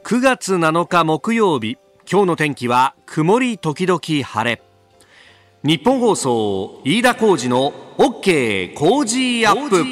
9月7日木曜日、今日の天気は曇り時々晴れ。日本放送飯田浩司の OK 工事アップ。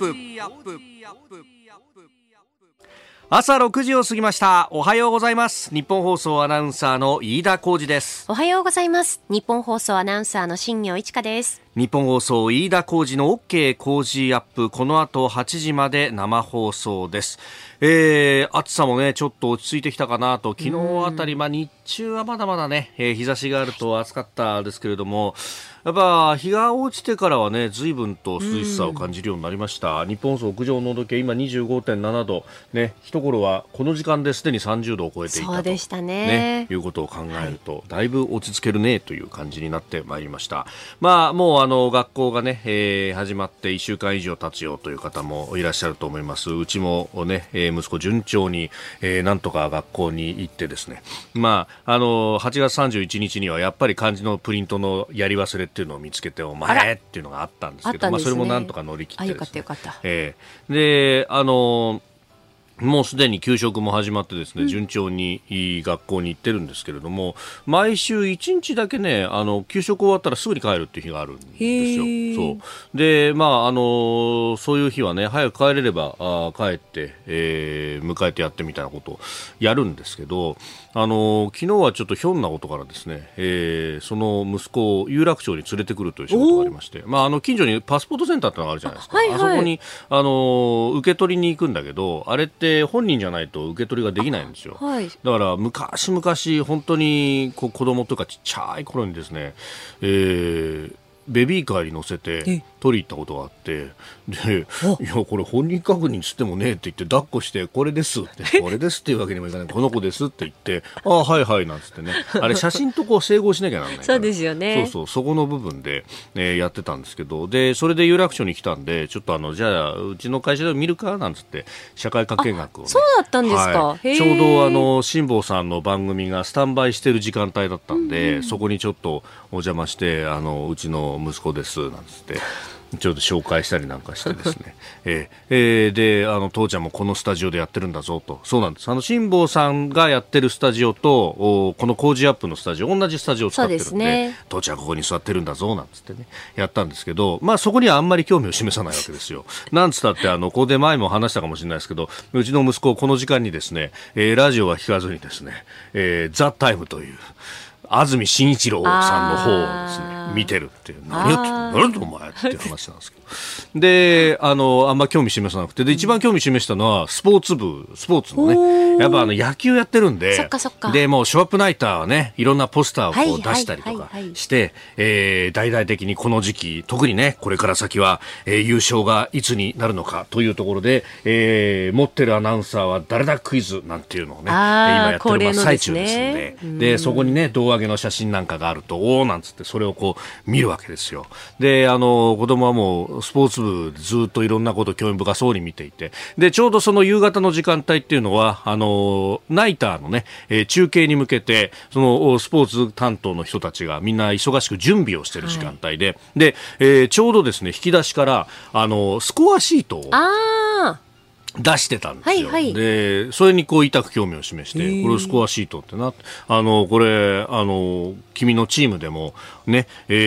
朝6時を過ぎました。おはようございます。日本放送アナウンサーの飯田浩司です。 おはようございます。日本放送アナウンサーの新業一華です。 日本放送飯田浩司の OK 工事アップ、この後8時まで生放送です。暑さもねちょっと落ち着いてきたかなと。昨日あたり、日中はまだまだね、日差しがあると暑かったですけれども、やっぱ日が落ちてからはね随分と涼しさを感じるようになりました。日本放送屋上の温度計今 25.7 度ね、一頃はこの時間ですでに30度を超えていたと、 そうでしたね、 いうことを考えると、だいぶ落ち着けるねという感じになってまいりました。もう学校がね、始まって1週間以上経つよという方もいらっしゃると思います。うちもね、息子順調に、なんとか学校に行ってですね、8月31日にはやっぱり漢字のプリントのやり忘れっていうのを見つけて、お前っていうのがあったんですけど、それもなんとか乗り切ってですね、 よかった。 でもうすでに給食も始まってですね、順調にいい学校に行ってるんですけれども、毎週1日だけね、給食終わったらすぐに帰るっていう日があるんですよ。そうで、そういう日はね、早く帰れれば帰って、迎えてやってみたいなことをやるんですけど、昨日はちょっとひょんなことからですね、その息子を有楽町に連れてくるという仕事がありまして、近所にパスポートセンターってのがあるじゃないですか。あそこに受け取りに行くんだけど、あれって本人じゃないと受け取りができないんですよ。だから昔々本当に子供とかちっちゃい頃にですね、ベビーカーに乗せて取り行ったことがあって、で、いやこれ本人確認つってもねって言って抱っこして、これですってこれですっていうわけにもいかない、この子ですって言って、はいはいなんつってね、あれ写真とこう整合しなきゃならないからそうですよね。そこの部分で、やってたんですけど、でそれで有楽町に来たんで、ちょっとじゃあうちの会社で見るかなんつって社会科見学を、 そうだったんですか。 ちょうど辛坊さんの番組がスタンバイしてる時間帯だったんで、そこにちょっとお邪魔して、うちの息子ですなんつってちょっと紹介したりなんかしてですねで父ちゃんもこのスタジオでやってるんだぞと。そうなんです。辛坊さんがやってるスタジオとこの工事アップのスタジオ、同じスタジオを使ってるん で、父ちゃんここに座ってるんだぞなんつってねやったんですけど、そこにはあんまり興味を示さないわけですよ。なんつったってここで前も話したかもしれないですけど、うちの息子この時間にですね、ラジオは聞かずにですね、ザ・タイムという安住紳一郎さんの方をですね見てるっていう、何とお前っていう話なんですけど、であんま興味示さなくて、で一番興味示したのはスポーツのね、やっぱ野球やってるんで、でもうショーアップナイターはね、いろんなポスターをこう出したりとかして、大々的にこの時期特にね、これから先は、優勝がいつになるのかというところで、持ってるアナウンサーは誰だクイズなんていうのをね、今やってる最中ですんで、でそこにね胴上げの写真なんかがあると、おーなんつってそれをこう見るわけですよ。で子供はもうスポーツ部でずっといろんなことを興味深そうに見ていて、でちょうどその夕方の時間帯っていうのはナイターのね、中継に向けてそのスポーツ担当の人たちがみんな忙しく準備をしている時間帯で、で、ちょうどですね引き出しからスコアシートを出してたんですよ。でそれにこう痛く興味を示して、これスコアシートってな、これ君のチームでもね、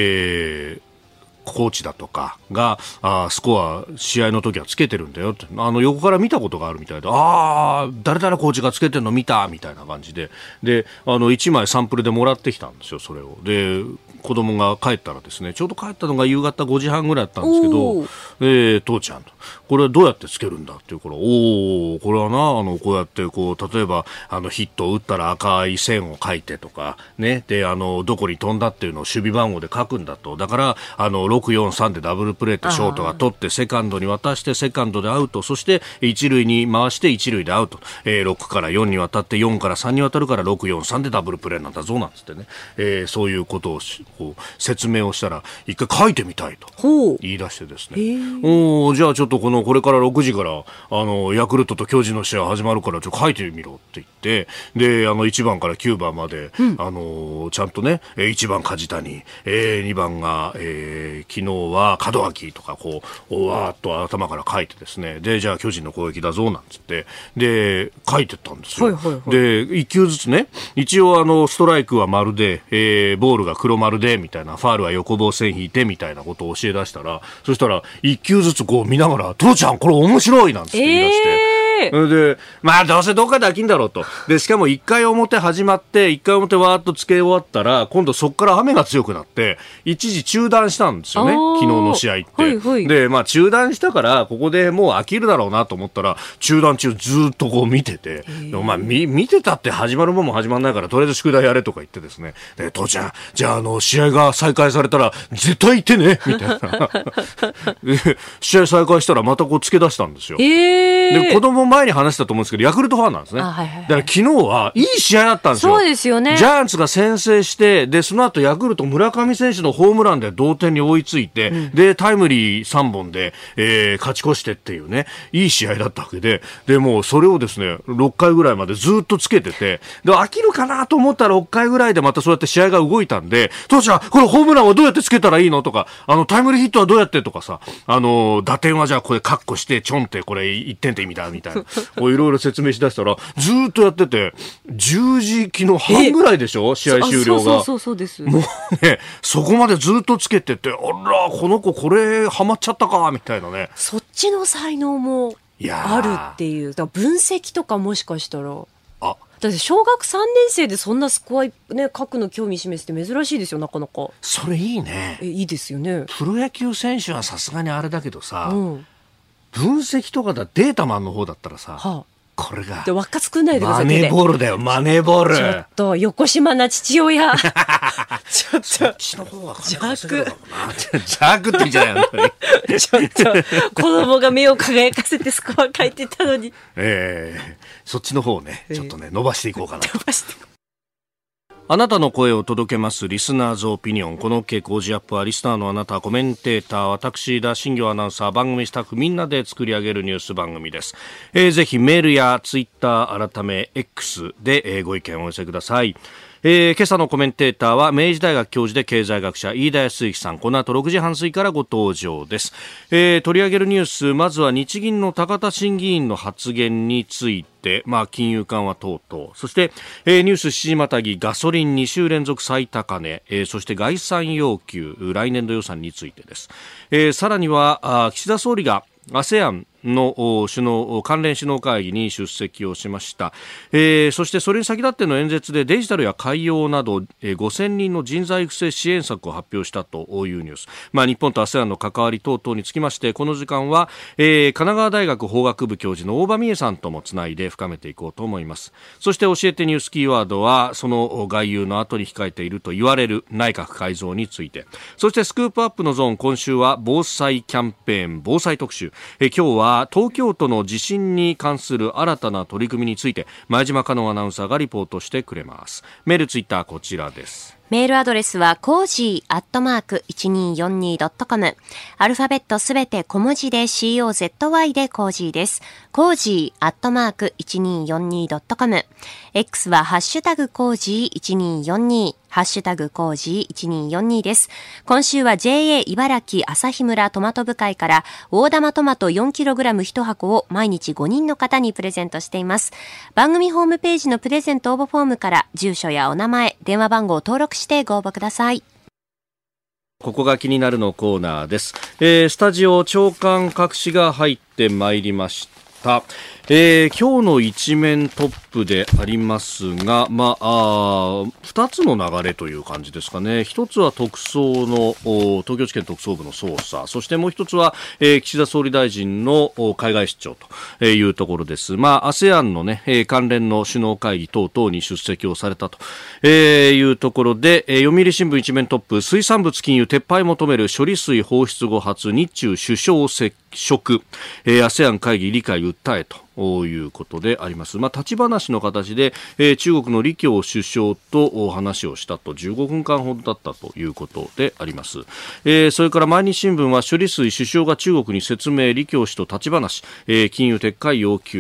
コーチだとかがスコア試合の時はつけてるんだよって、横から見たことがあるみたいで、誰々コーチがつけてるの見たみたいな感じで、1枚サンプルでもらってきたんですよ。それをで子供が帰ったらですね、ちょうど帰ったのが夕方5時半ぐらいだったんですけど、父ちゃんとこれはどうやってつけるんだっていうから、これはなこうやってこう例えばヒットを打ったら赤い線を書いてとかね、でどこに飛んだっていうのを守備番号で書くんだと。だから643でダブルプレーってショートが取ってセカンドに渡してセカンドでアウト、そして一塁に回して一塁でアウト、6から4に渡って4から3に渡るから643でダブルプレーなんだぞなんつってね、そういうことをこう説明をしたら、一回書いてみたいと言い出してですね、じゃあちょっとこれから6時からヤクルトと巨人の試合始まるからちょっと書いてみろって言って、で1番から9番まで、ちゃんとね1番梶谷、2番が、 昨日は門脇とかこうわーっと頭から書いてですね、でじゃあ巨人の攻撃だぞなんつってで書いてったんですよ、で1球ずつね、一応ストライクは丸で、ボールが黒丸でみたいな、ファールは横棒線引いてみたいなことを教え出したら、そしたら1球ずつこう見ながら、父ちゃんこれ面白いなんつって言い出して、でまあどうせどっかで飽きんだろうと。でしかも1回表始まって1回表わーっとつけ終わったら、今度そこから雨が強くなって一時中断したんですよね、昨日の試合って、でまあ中断したからここでもう飽きるだろうなと思ったら、中断中ずっとこう見てて、お前見てたって始まるもんも始まらないからとりあえず宿題やれとか言ってですね、で父ちゃんじゃあ試合が再開されたら絶対行ってねみたいなで試合再開したらまたこうつけ出したんですよ、で子供前に話したと思うんですけど、ヤクルトファンなんですね、だから昨日はいい試合だったんですよ。 そうですよね。 ジャイアンツが先制して、でその後ヤクルト村上選手のホームランで同点に追いついて、でタイムリー3本で、勝ち越してっていうね、いい試合だったわけで、でもうそれをですね6回ぐらいまでずっとつけてて、で飽きるかなと思ったら6回ぐらいでまたそうやって試合が動いたんで、父ちゃんこのホームランはどうやってつけたらいいのとか、タイムリーヒットはどうやってとかさ、打点はじゃあこれカッコしてちょんってこれ1点って意味だみたいな、こういろいろ説明しだしたらずっとやってて、10時昨日半ぐらいでしょ、試合終了が。 そうです。 もうね、そこまでずっとつけてて、あらこの子これハマっちゃったかみたいなね。 そっちの才能もあるっていう、だから分析とかもしかしたら。だって小学3年生でそんなスコア、ね、書くの興味示すって珍しいですよ、なかなか。 それいいね。 いいですよね。 プロ野球選手はさすがにあれだけどさ、分析とかだデータマンの方だったらさ、これが輪っか作んないでください。 マネーボールだよ、マネーボール。 ちょっと横島な父親ちょっとそっちの方が弱弱って言うんじゃないのちょっと子供が目を輝かせてスコア書いてたのにそっちの方をねちょっとね伸ばしていこうかなと。 伸ばしていこう。 あなたの声を届けますリスナーズオピニオン。この OK 工事アップはリスナーのあなた、コメンテーター、私田新行アナウンサー、番組スタッフみんなで作り上げるニュース番組です。ぜひメールやツイッター改め X で、ご意見をお寄せください。今朝のコメンテーターは明治大学教授で経済学者飯田康之さん。この後6時半過ぎからご登場です。取り上げるニュース、まずは日銀の高田審議員の発言について、金融緩和等々、そして、ニュース7時またぎガソリン2週連続最高値、そして概算要求来年度予算についてです。さらには岸田総理がASEAN の関連首脳会議に出席をしました。そしてそれに先立っての演説でデジタルや海洋など、5000人の人材育成支援策を発表したというニュース。日本と ASEAN の関わり等々につきまして、この時間は、神奈川大学法学部教授の大場美恵さんともつないで深めていこうと思います。そして教えてニュースキーワードは、その外遊の後に控えていると言われる内閣改造について、そしてスクープアップのゾーン、今週は防災キャンペーン防災特集。今日は東京都の地震に関する新たな取り組みについて前島香音アナウンサーがリポートしてくれます。メールツイッターこちらです。 メールアドレスはcozy@1242.com、 アルファベットすべて小文字で COZY でコージーです。cozy@1242.com、 X はハッシュタグコージー1242、ハッシュタグコージー1242です。今週は JA 茨城朝日村トマト部会から大玉トマト 4kg1 箱を毎日5人の方にプレゼントしています。番組ホームページのプレゼント応募フォームから住所やお名前、電話番号を登録してご応募ください。 ここが気になるのコーナーです。スタジオ長官各紙が入ってまいりました。今日の一面トップでありますが、2つの流れという感じですかね。一つは特捜の東京地検特捜部の捜査、そしてもう一つは、岸田総理大臣の海外出張というところです。ASEAN のね、関連の首脳会議等々に出席をされたというところで、読売新聞一面トップ、水産物禁輸撤廃求める処理水放出後初日中首相接触、ASEAN 会議理解訴えということであります。立ち話の形で、中国の李強首相と話をしたと、15分間ほどだったということであります。それから毎日新聞は処理水首相が中国に説明、李強氏と立ち話、禁輸撤回要求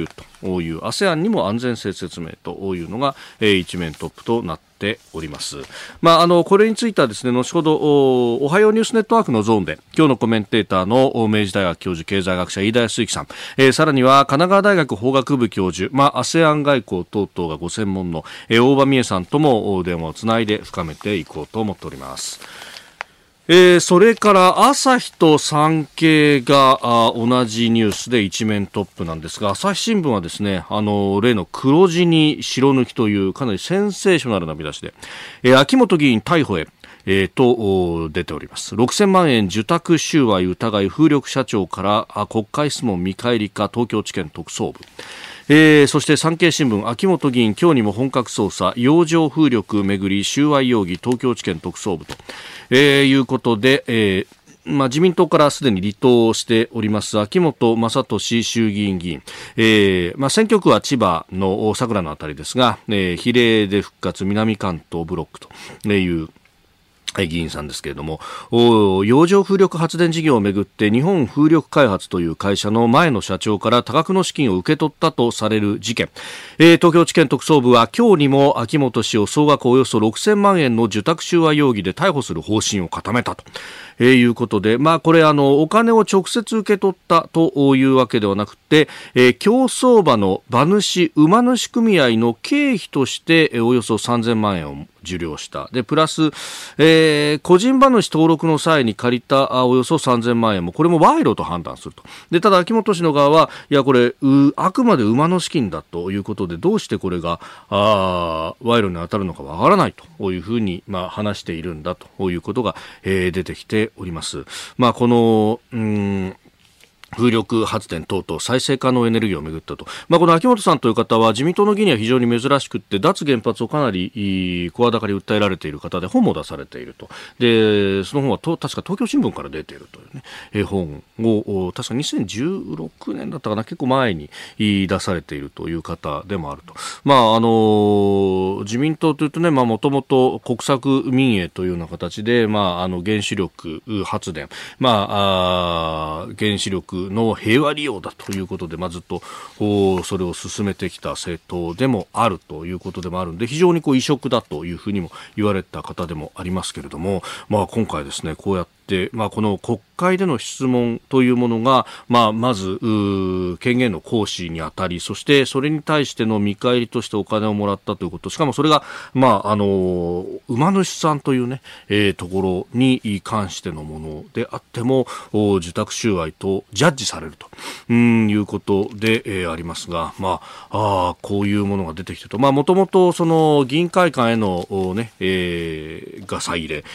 いう ASEAN にも安全性説明というのが、一面トップとなっております。これについてはですね、後ほどおはようニュースネットワークのゾーンで今日のコメンテーターの明治大学教授経済学者飯田康之さん、さらには神奈川大学法学部教授、ASEAN 外交等々がご専門の、大場美恵さんとも電話をつないで深めていこうと思っております。それから朝日と産経が同じニュースで一面トップなんですが、朝日新聞はですね、例の黒字に白抜きというかなりセンセーショナルな見出しで、秋元議員逮捕へと出ております。6000万円受託収賄疑い風力社長から国会質問見返りか東京地検特捜部。そして産経新聞、秋元議員今日にも本格捜査、洋上風力めぐり収賄容疑東京地検特捜部と、いうことで、自民党からすでに離党しております秋元正利衆議院議員、選挙区は千葉の佐倉のあたりですが、比例で復活南関東ブロックという議員さんですけれども、洋上風力発電事業をめぐって日本風力開発という会社の前の社長から多額の資金を受け取ったとされる事件、東京地検特捜部は今日にも秋元氏を総額およそ6000万円の受託収賄容疑で逮捕する方針を固めたということで、これお金を直接受け取ったというわけではなくて、競走馬の馬主馬主組合の経費としておよそ3000万円を受領したでプラス、個人馬主登録の際に借りたおよそ3000万円もこれも賄賂と判断すると。でただ秋元氏の側はいやこれあくまで馬の資金だということでどうしてこれが賄賂に当たるのかわからないというふうに話しているんだということが、出てきております。この風力発電等々再生可能エネルギーをめぐったと、この秋元さんという方は自民党の議員には非常に珍しくって脱原発をかなり声高に訴えられている方で本も出されていると。でその本は確か東京新聞から出ているというね、本を確か2016年だったかな、結構前に出されているという方でもあると。自民党というとね、もともと国策民営というような形で、原子力発電、原子力の平和利用だということで、ずっとそれを進めてきた政党でもあるということでもあるので非常に異色だというふうにも言われた方でもありますけれども、今回ですねこうやってこの国会での質問というものが、まず権限の行使にあたり、そしてそれに対しての見返りとしてお金をもらったということ、しかもそれが、馬主さんというね、ところに関してのものであっても受託収賄とジャッジされるということで、ありますが、こういうものが出てきてと、もともとその議員会館へのガサ入れ、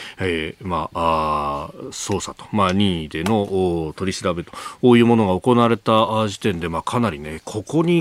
捜査と、任意での取り調べというものが行われた時点で、かなりねここに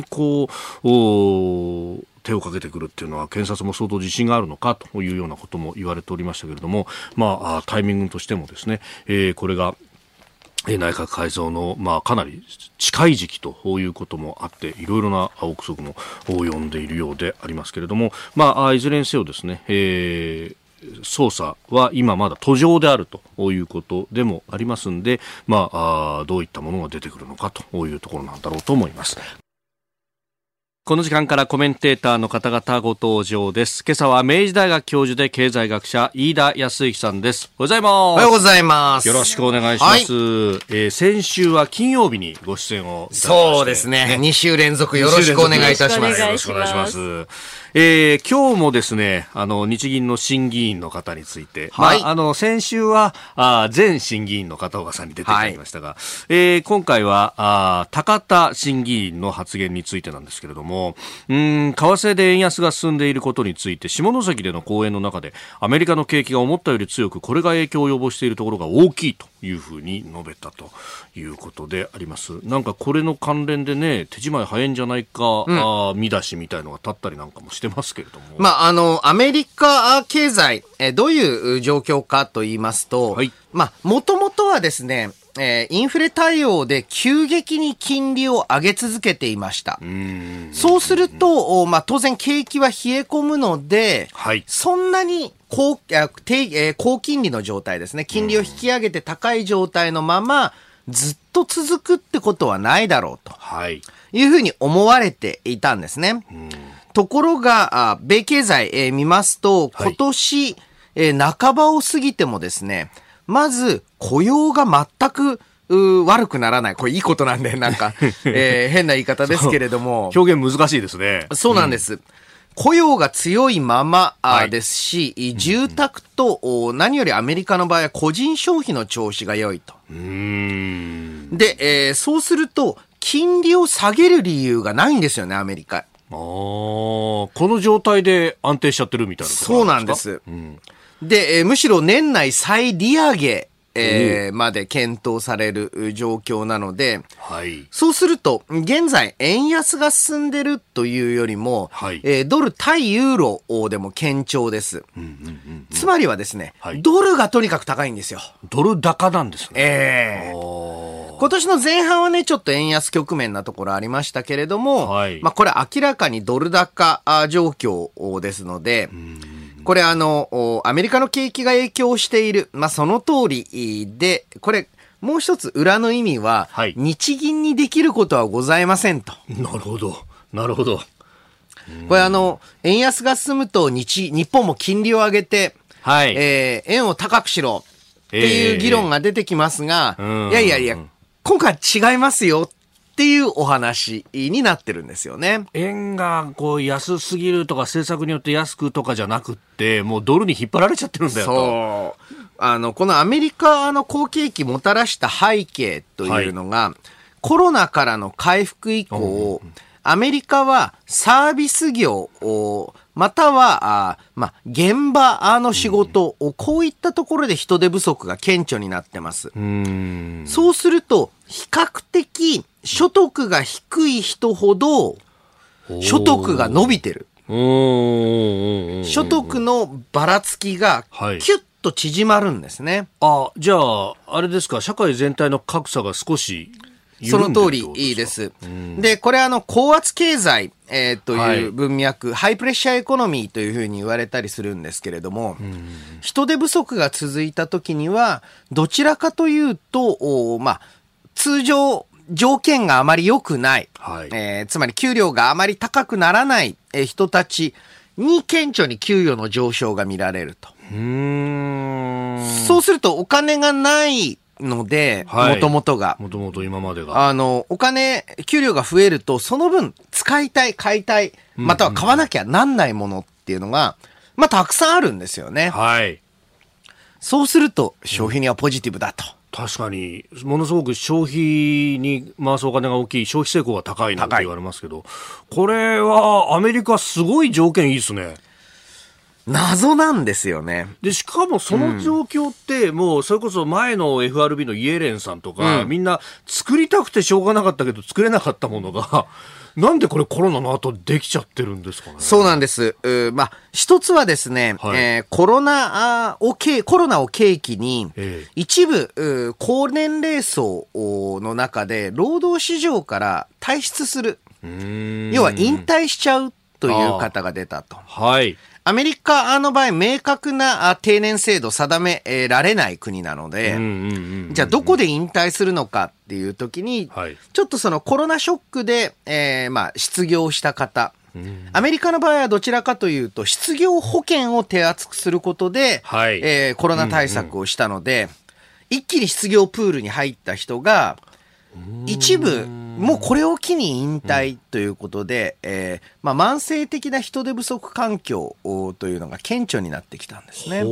手をかけてくるっていうのは検察も相当自信があるのかというようなことも言われておりましたけれども、タイミングとしてもですね、これが内閣改造の、かなり近い時期ということもあっていろいろな憶測も呼んでいるようでありますけれども、いずれにせよですね、捜査は今まだ途上であるということでもありますので、どういったものが出てくるのかというところなんだろうと思います。この時間からコメンテーターの方々ご登場です。今朝は明治大学教授で経済学者飯田康之さんです。おはようございます。 おはようございます。 よろしくお願いします。先週は金曜日にご出演をいただきまして、 そうですね。2週連続よろしくお願いいたします。 よろしくお願いします。今日もですね、日銀の審議員の方について、先週は前審議員の片岡さんに出ていただきましたが、今回は高田審議員の発言についてなんですけれども、為替で円安が進んでいることについて下関での講演の中でアメリカの景気が思ったより強くこれが影響を及ぼしているところが大きいというふうに述べたということであります。なんかこれの関連でね手仕舞い早いんじゃないか、見出しみたいのが立ったりなんかもしてますけれども、 アメリカ経済、どういう状況かと言いますと、もともとはですね、インフレ対応で急激に金利を上げ続けていました。そうすると、当然景気は冷え込むので、そんなに高金利の状態ですね。金利を引き上げて高い状態のままずっとと続くってことはないだろうとはいいうふうに思われていたんですね。ところが、米経済、見ますと、今年、半ばを過ぎてもですね、まず雇用が全く悪くならない。これいいことなんで、なんか、変な言い方ですけれども。 表現難しいですね。 そうなんです。雇用が強いままですし、住宅と何よりアメリカの場合は個人消費の調子が良いと。で、そうすると、金利を下げる理由がないんですよね、アメリカ。 この状態で安定しちゃってるみたいな。 そうなんです。で、むしろ年内再利上げ、まで検討される状況なので、はい、そうすると、現在、円安が進んでるというよりも、はい、ドル対ユーロでも堅調です。つまりはですね、はい、ドルがとにかく高いんですよ。 ドル高なんですね。 今年の前半はね、ちょっと円安局面なところありましたけれども、はい、これ明らかにドル高状況ですので、これアメリカの景気が影響している。その通りで、これ、もう一つ裏の意味は、はい、日銀にできることはございませんと。 なるほど。なるほど。 これ円安が進むと日本も金利を上げて、はい、円を高くしろっていう議論が出てきますが、いや、今回違いますよ。っていうお話になってるんですよね。 円が安すぎるとか政策によって安くとかじゃなくって、もうドルに引っ張られちゃってるんだよと。 そう。このアメリカの好景気もたらした背景というのが、はい、コロナからの回復以降、アメリカはサービス業または現場の仕事をこういったところで人手不足が顕著になってます。そうすると比較的所得が低い人ほど所得が伸びてる。所得のばらつきがキュッと縮まるんですね。 じゃああれですか、社会全体の格差が少しその通りいいです。で、これ高圧経済、という文脈、ハイプレッシャーエコノミーというふうに言われたりするんですけれども、人手不足が続いた時には、どちらかというと、通常、条件があまり良くない、つまり給料があまり高くならない人たちに顕著に給与の上昇が見られると。そうするとお金がないので、もともと今までが。 給料が増えると、その分使いたい、買いたい、または買わなきゃなんないものっていうのが、たくさんあるんですよね。はい。そうすると、消費にはポジティブだと。 確かに、ものすごく消費に回すお金が大きい、消費成功が高いなんて言われますけど、これはアメリカすごい条件いいですね。 謎なんですよね。 で、しかもその状況って、もうそれこそ前の FRB のイエレンさんとか、みんな作りたくてしょうがなかったけど作れなかったものが、なんでこれコロナの後できちゃってるんですかね。 そうなんです。一つはですね、はいコロナを契機に、一部、高年齢層の中で労働市場から退出する。要は引退しちゃうという方が出たと。はい。アメリカの場合、明確な定年制度定められない国なので、じゃあどこで引退するのかっていう時に、ちょっとそのコロナショックで、失業した方、アメリカの場合はどちらかというと、失業保険を手厚くすることで、コロナ対策をしたので、一気に失業プールに入った人が、一部、もうこれを機に引退ということで、慢性的な人手不足環境というのが顕著になってきたんですね。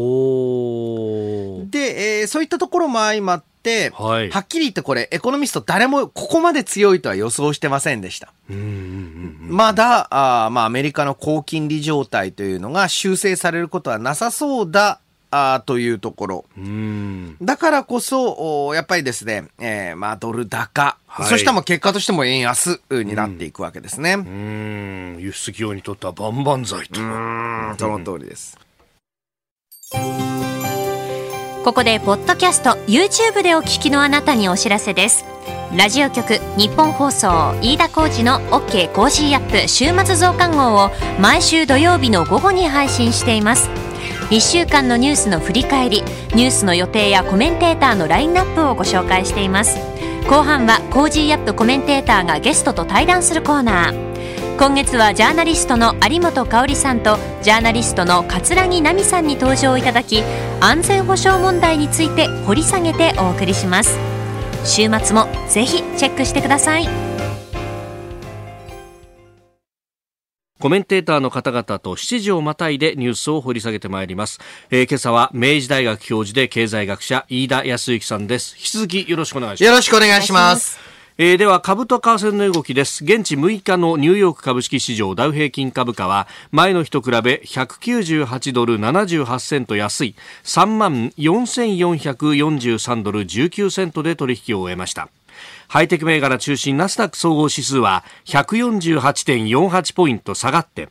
で、そういったところも相まって、はっきり言ってこれ、エコノミスト誰もここまで強いとは予想してませんでした。まだ、アメリカの高金利状態というのが修正されることはなさそうだ。というところ。だからこそ、やっぱりですね、ドル高、そしても結果としても円安になっていくわけですね。 輸出企業にとっては万々歳と。 その通りです。 ここでポッドキャスト YouTube でお聞きのあなたにお知らせです。ラジオ局日本放送飯田浩司の OK コージーアップ週末増刊号を毎週土曜日の午後に配信しています。1週間のニュースの振り返り、ニュースの予定やコメンテーターのラインナップをご紹介しています。 後半はコージーアップコメンテーターがゲストと対談するコーナー。今月はジャーナリストの有本香里さんとジャーナリストの桂木奈美さんに登場いただき、安全保障問題について掘り下げてお送りします。週末もぜひチェックしてください。 コメンテーターの方々と7時をまたいでニュースを掘り下げてまいります。今朝は明治大学教授で経済学者飯田康之さんです。引き続きよろしくお願いします。 よろしくお願いします。 では株と為替の動きです。現地6日のニューヨーク株式市場ダウ平均株価は前の日と比べ198ドル78セント安い 34,443 ドル19セントで取引を終えました。ハイテク銘柄中心ナスダック総合指数は 148.48 ポイント下がって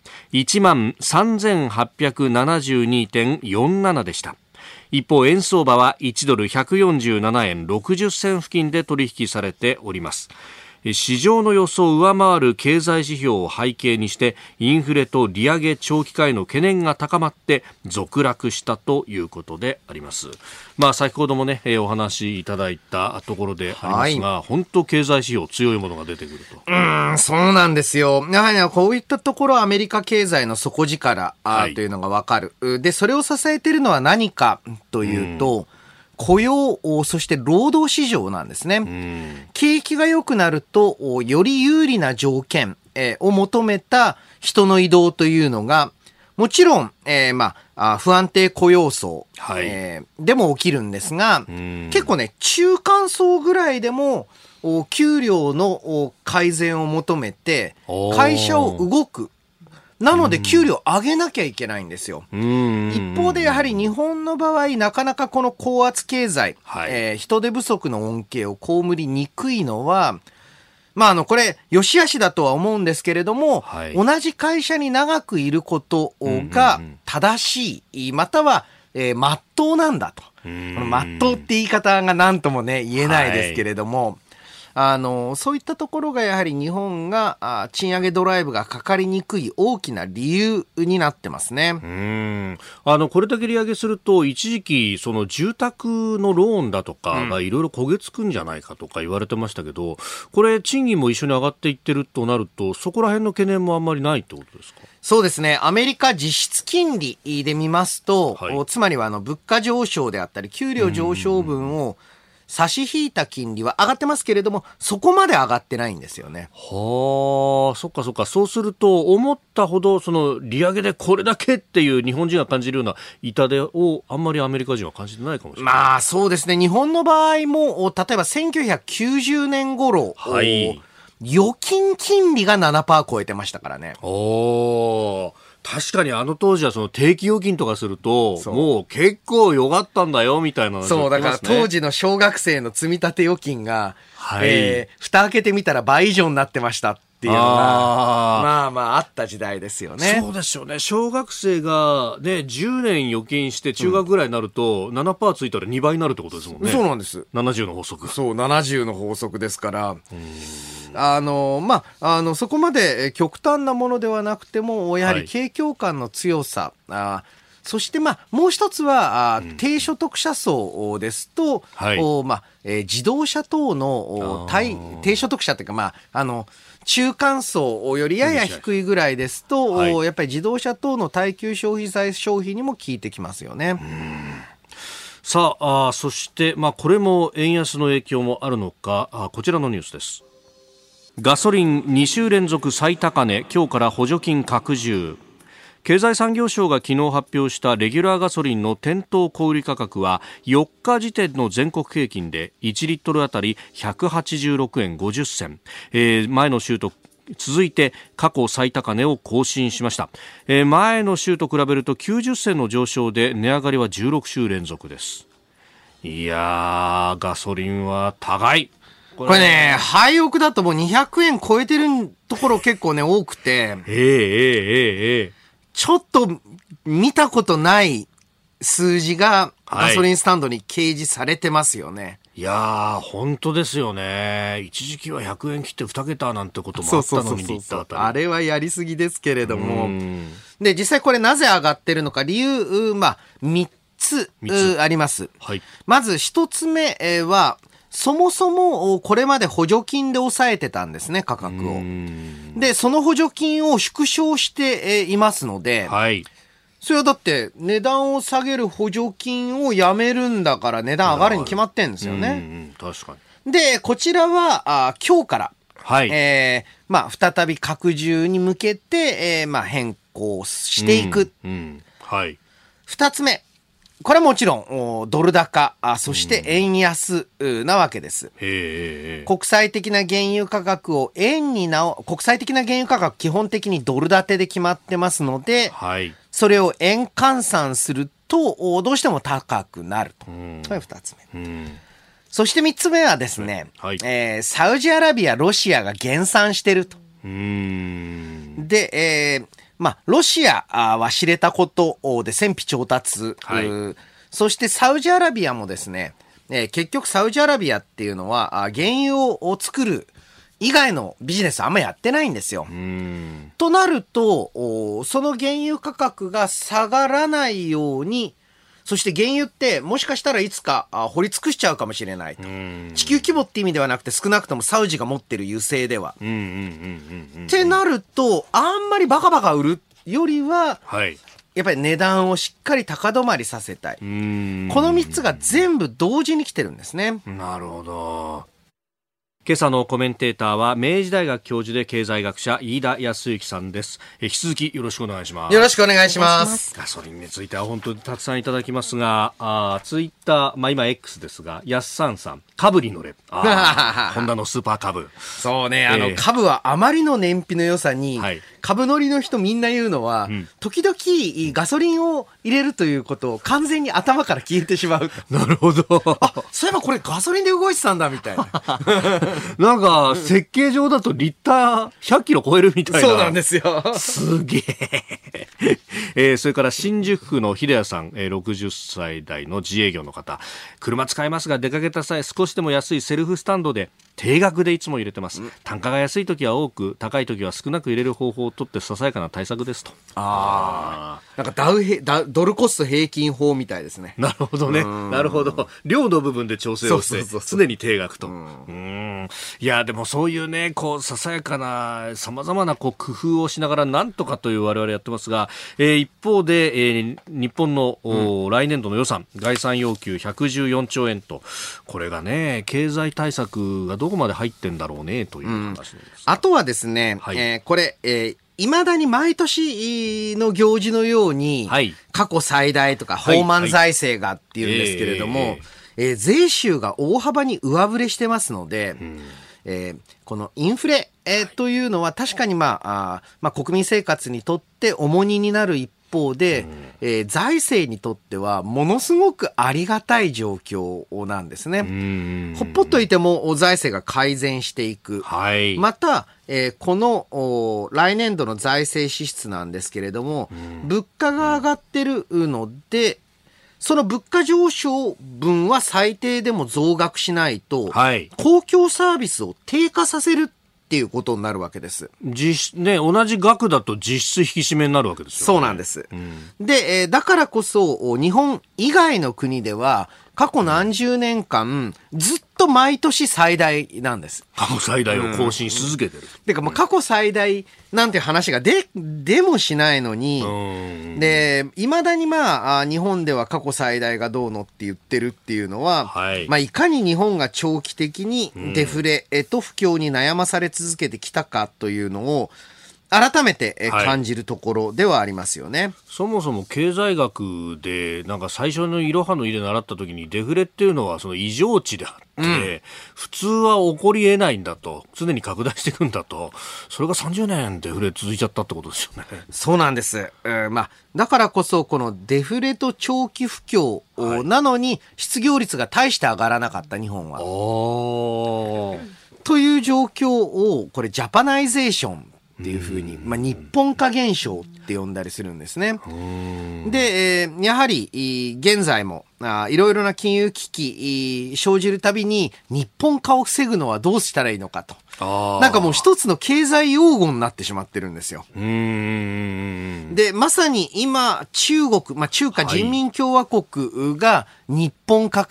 13,872.47 でした。一方円相場は1ドル147円60銭付近で取引されております。市場の予想を上回る経済指標を背景にしてインフレと利上げ長期化への懸念が高まって続落したということであります。先ほどもね、お話しいただいたところでありますが、本当経済指標強いものが出てくると。 そうなんですよ。やはりこういったところアメリカ経済の底力というのがわかる。でそれを支えているのは何かというと、雇用、そして労働市場なんですね。景気が良くなると、より有利な条件を求めた人の移動というのが、もちろん、不安定雇用層、でも起きるんですが、結構ね、中間層ぐらいでも、給料の改善を求めて、会社を動く。なので給料上げなきゃいけないんですよ。一方でやはり日本の場合なかなかこの高圧経済、人手不足の恩恵を被りにくいのは、これ良し悪しだとは思うんですけれども、同じ会社に長くいることが正しい、または真っ当なんだと。この真っ当って言い方が何ともね言えないですけれども、そういったところがやはり日本が賃上げドライブがかかりにくい大きな理由になってますね。 これだけ利上げすると一時期その住宅のローンだとかがいろいろ焦げつくんじゃないかとか言われてましたけど、これ賃金も一緒に上がっていってるとなるとそこら辺の懸念もあんまりないってことですか？ そうですね。アメリカ実質金利で見ますと、つまりは物価上昇であったり給料上昇分を差し引いた金利は上がってますけれども、そこまで上がってないんですよね。 そっかそっか。そうすると思ったほどその利上げでこれだけっていう日本人が感じるような痛手をあんまりアメリカ人は感じてないかもしれない。 そうですね。日本の場合も例えば1990年頃、預金金利が 7% 超えてましたからね。 確かにあの当時はその定期預金とかするともう結構良かったんだよみたいな、 そうだから当時の小学生の積み立て預金が、蓋開けてみたら倍以上になってましたっていうのがあった時代ですよね。 そうですよね。小学生がね10年預金して中学ぐらいになると 7% ついたら2倍になるってことですもんね。 そうなんです。 70の法則。 そう70の法則ですから。そこまで極端なものではなくてもやはり景況感の強さ、そしてもう一つは低所得者層ですと、自動車等の低所得者というか中間層よりやや低いぐらいですと、やっぱり自動車等の耐久消費財消費にも効いてきますよね。 さあ、そしてこれも円安の影響もあるのか、こちらのニュースです。ガソリン2週連続最高値、今日から補助金拡充。経済産業省が昨日発表したレギュラーガソリンの店頭小売価格は4日時点の全国平均で1リットルあたり186円50銭、前の週と続いて過去最高値を更新しました。前の週と比べると90銭の上昇で値上がりは16週連続です。いやー、ガソリンは高い。 これね、ハイオクだともう200円超えてるところ結構ね多くて、ちょっと見たことない数字がガソリンスタンドに掲示されてますよね。 いやー、本当ですよね。一時期は100円切って2桁なんてこともあったのにあれはやりすぎですけれども、で実際これなぜ上がってるのか理由3つあります。まず1つ目はそもそもこれまで補助金で抑えてたんですね、価格を。で、その補助金を縮小していますので、 はい。 それはだって値段を下げる補助金をやめるんだから値段上がるに決まってるんですよね。 確かに。 で、こちらは今日から、 はい。 再び拡充に向けて、変更していく。 はい。 二つ目。これはもちろん、ドル高、そして円安なわけです。国際的な原油価格を国際的な原油価格基本的にドル建てで決まってますので、 はい。 それを円換算すると、どうしても高くなると。これ二つ目。そして三つ目はですね、 はい。 サウジアラビア、ロシアが減産してると。で、ロシアは知れたことで戦費調達、はい、そしてサウジアラビアもですね、結局サウジアラビアっていうのは原油を作る以外のビジネスあんまやってないんですよ。となると、その原油価格が下がらないように、そして原油ってもしかしたらいつか掘り尽くしちゃうかもしれないと。地球規模って意味ではなくて少なくともサウジが持ってる油性では。ってなると、あんまりバカバカ売るよりは、はい、やっぱり値段をしっかり高止まりさせたい。この3つが全部同時に来てるんですね。 なるほど。今朝のコメンテーターは明治大学教授で経済学者飯田康之さんです。引き続きよろしくお願いします。 よろしくお願いします。 ガソリンについては本当にたくさんいただきますが、ツイッター、今 X ですが、やっさんさん、株に乗れ。ホンダのスーパー株。 そうね、株はあまりの燃費の良さに、はい、株乗りの人みんな言うのは、時々ガソリンを入れるということを完全に頭から消えてしまう。 なるほど。 そういえばこれガソリンで動いてたんだみたいな。 なんか設計上だとリッター100キロ超えるみたいな。 そうなんですよ。 すげえ。それから新宿区の秀谷さん、60歳代の自営業の方、車使いますが出かけた際少しでも安いセルフスタンドで定額でいつも入れてます。単価が安い時は多く、高い時は少なく入れる方法をとってささやかな対策ですと。 なんかドルコスト平均法みたいですね。 なるほどね。なるほど。量の部分で調整をして常に定額と。いやでもそういうね、こうささやかなさまざまなこう工夫をしながらなんとかという我々やってますが、一方で、日本の、来年度の予算概算要求114兆円と、これがね経済対策がどこまで入ってんだろうねという話です。 あとはですね、はい、これ、未だに毎年の行事のように、はい、過去最大とか放満財政がっていうんですけれども、税収が大幅に上振れしてますので、このインフレ、というのは確かに国民生活にとって重荷になる一方で、財政にとってはものすごくありがたい状況なんですね。ほっぽっといても財政が改善していく。はい、また、この来年度の財政支出なんですけれども、物価が上がってるので、その物価上昇分は最低でも増額しないと、はい、公共サービスを低下させるっていうことになるわけです。 同じ額だと実質引き締めになるわけですよね。 そうなんです。で、だからこそ日本以外の国では過去何十年間ずっと毎年最大なんです。 過去最大を更新し続けてる。 てか過去最大なんて話が出もしないのに、で、未だに日本では過去最大がどうのって言ってるっていうのは、はい、いかに日本が長期的にデフレと不況に悩まされ続けてきたかというのを改めて感じるところではありますよね。はい、 そもそも経済学でなんか最初のいろはの入れ習った時にデフレっていうのはその異常値であって、普通は起こり得ないんだと、常に拡大していくんだと、それが30年デフレ続いちゃったってことですよね。 そうなんです。だからこそこのデフレと長期不況なのに失業率が大して上がらなかった日本は。という状況をこれジャパナイゼーションっていうふうに、日本化現象って呼んだりするんですね。で、やはり現在もいろいろな金融危機生じるたびに日本化を防ぐのはどうしたらいいのかと、なんかもう一つの経済用語になってしまってるんですよ。で、まさに今中国、中華人民共和国が日本化かっ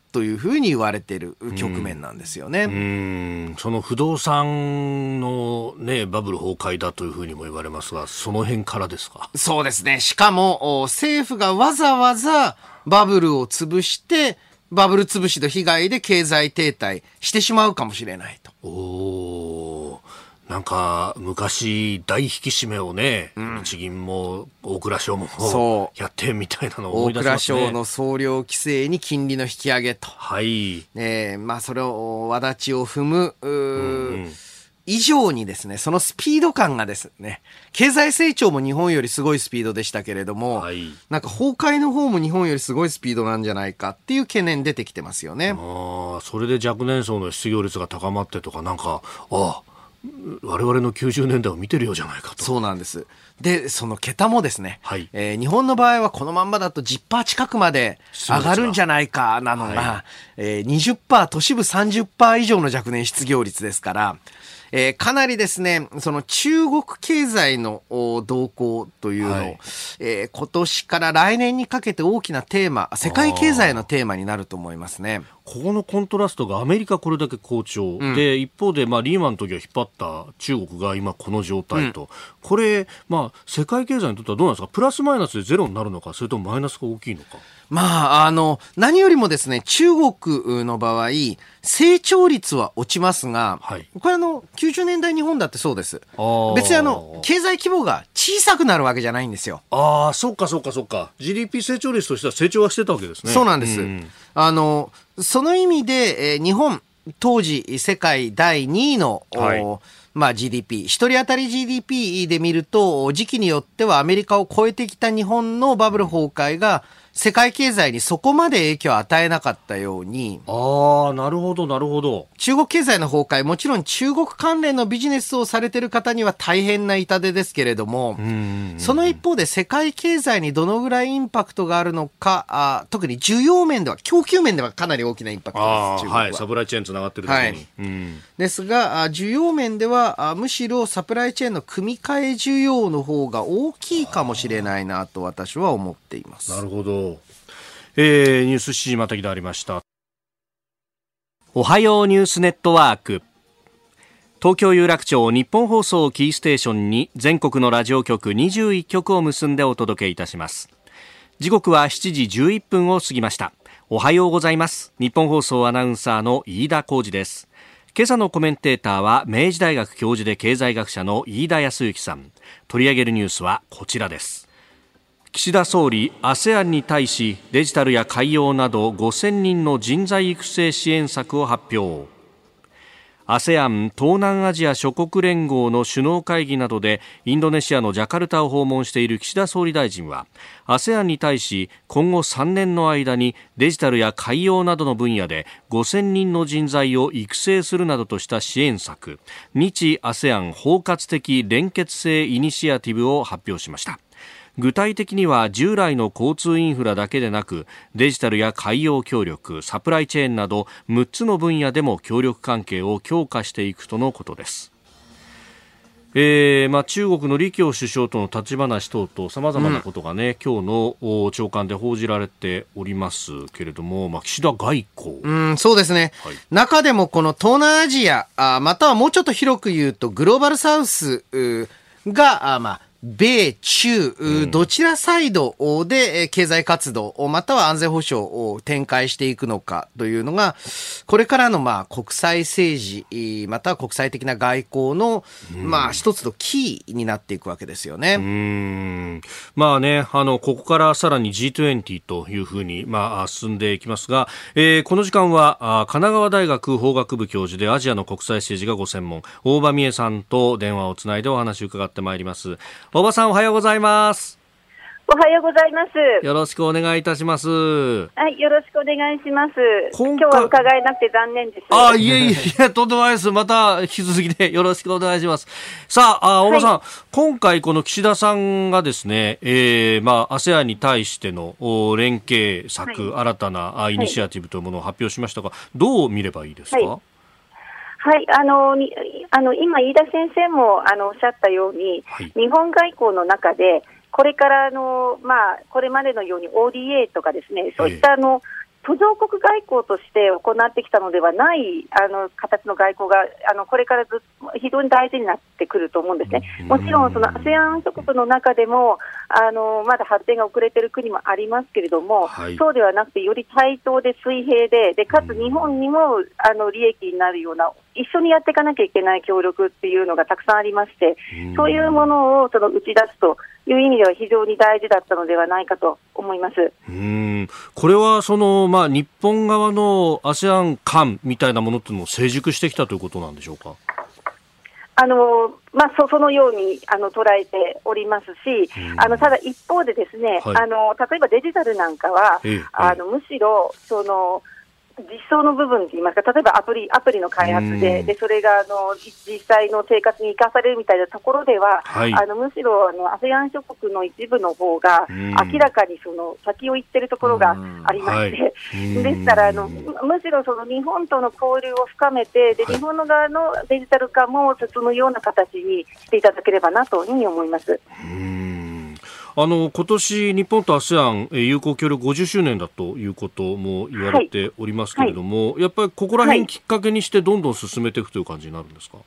というふうに言われている局面なんですよね。 その不動産の、ね、バブル崩壊だというふうにも言われますが、その辺からですか？ そうですね。しかも政府がわざわざバブルを潰して、バブル潰しの被害で経済停滞してしまうかもしれないと。 なんか昔大引き締めをね、日銀も大蔵省もやってみたいなのを思い出しますね。 大蔵省の総量規制に金利の引き上げと、 はい、 それを轍を踏む、以上にですね、そのスピード感がですね、経済成長も日本よりすごいスピードでしたけれども、なんか崩壊の方も日本よりすごいスピードなんじゃないかっていう懸念出てきてますよね。 それで若年層の失業率が高まってとか、なんか我々の90年代を見てるようじゃないかと。 そうなんです。で、その桁もですね、日本の場合はこのまんまだと 10% 近くまで上がるんじゃないかなのが、20%、都市部 30% 以上の若年失業率ですから、かなりですね、その中国経済の動向というのを、今年から来年にかけて大きなテーマ、世界経済のテーマになると思いますね。 ここのコントラストがアメリカこれだけ好調、で一方で、リーマンの時は引っ張った中国が今この状態と、これ、世界経済にとってはどうなんですか？プラスマイナスでゼロになるのか、それともマイナスが大きいのか？ 何よりもですね、中国の場合、成長率は落ちますが、これ90年代日本だってそうです。別に経済規模が小さくなるわけじゃないんですよ。 そうか。GDP 成長率としては成長はしてたわけですね。 そうなんです。その意味で、日本、当時世界第2位の、GDP、一人当たり GDP で見ると、時期によってはアメリカを超えてきた日本のバブル崩壊が、世界経済にそこまで影響を与えなかったように。 なるほど。 中国経済の崩壊、もちろん中国関連のビジネスをされている方には大変な痛手ですけれども、その一方で世界経済にどのぐらいインパクトがあるのか、特に需要面では、供給面ではかなり大きなインパクトです。中国はサプライチェーンつながってるところに。 ですが、需要面ではむしろサプライチェーンの組み替え需要の方が大きいかもしれないなと私は思っています。 なるほど。ニュース7時またぎでありました。おはようニュースネットワーク、東京有楽町日本放送キーステーションに全国のラジオ局21局を結んでお届けいたします。時刻は7時11分を過ぎました。おはようございます。日本放送アナウンサーの飯田浩司です。今朝のコメンテーターは明治大学教授で経済学者の飯田康之さん。取り上げるニュースはこちらです。岸田総理、ASEAN に対しデジタルや海洋など5000人の人材育成支援策を発表。ASEAN 東南アジア諸国連合の首脳会議などでインドネシアのジャカルタを訪問している岸田総理大臣は ASEAN に対し今後3年の間にデジタルや海洋などの分野で5000人の人材を育成するなどとした支援策、日 ASEAN 包括的連結性イニシアティブを発表しました。具体的には従来の交通インフラだけでなくデジタルや海洋協力、サプライチェーンなど6つの分野でも協力関係を強化していくとのことです。中国の李強首相との立ち話等々さまざまなことがね、今日の朝刊で報じられておりますけれども、岸田外交、 そうですね、中でもこの東南アジア、またはもうちょっと広く言うとグローバルサウスが米中どちらサイドで経済活動または安全保障を展開していくのかというのがこれからの国際政治または国際的な外交の一つのキーになっていくわけですよね。 ここからさらに G20 というふうに進んでいきますが、この時間は神奈川大学法学部教授でアジアの国際政治がご専門大場美恵さんと電話をつないでお話を伺ってまいります。大場さん、おはようございます。 おはようございます。 よろしくお願いいたします。 はい、よろしくお願いします。今日は伺えなくて残念です。 いえ、とんでもないです。また引き続きでよろしくお願いします。さあ、大場さん、今回この岸田さんがですね、ASEAN に対しての連携策、新たなイニシアティブというものを発表しましたが、どう見ればいいですか？ 今、飯田先生もおっしゃったように、日本外交の中で、これからこれまでのように ODA とかですね、そういった途上国外交として行ってきたのではない形の外交がこれから非常に大事になってくると思うんですね。もちろんその ASEAN 諸国の中でもまだ発展が遅れている国もありますけれども、はい、そうではなくてより対等で水平でかつ日本にも利益になるような一緒にやっていかなきゃいけない協力っていうのがたくさんありまして、そういうものを打ち出すという意味では非常に大事だったのではないかと思います。 これは日本側の ASEAN 間みたいなものっていうのを成熟してきたということなんでしょうか。 そのように捉えておりますし、ただ一方でですね、はい、例えばデジタルなんかは、むしろ実装の部分といいますか、例えばアプリの開発でそれが実際の生活に生かされるみたいなところでは、はい、むしろASEAN 諸国の一部の方が明らかに先を行っているところがありまして、ですからむしろ日本との交流を深めて日本の側のデジタル化も進むような形にしていただければなというふうに思います。 今年日本と ASEAN 友好協力50周年だということも言われておりますけれども、やっぱりここら辺きっかけにしてどんどん進めていくという感じになるんですか。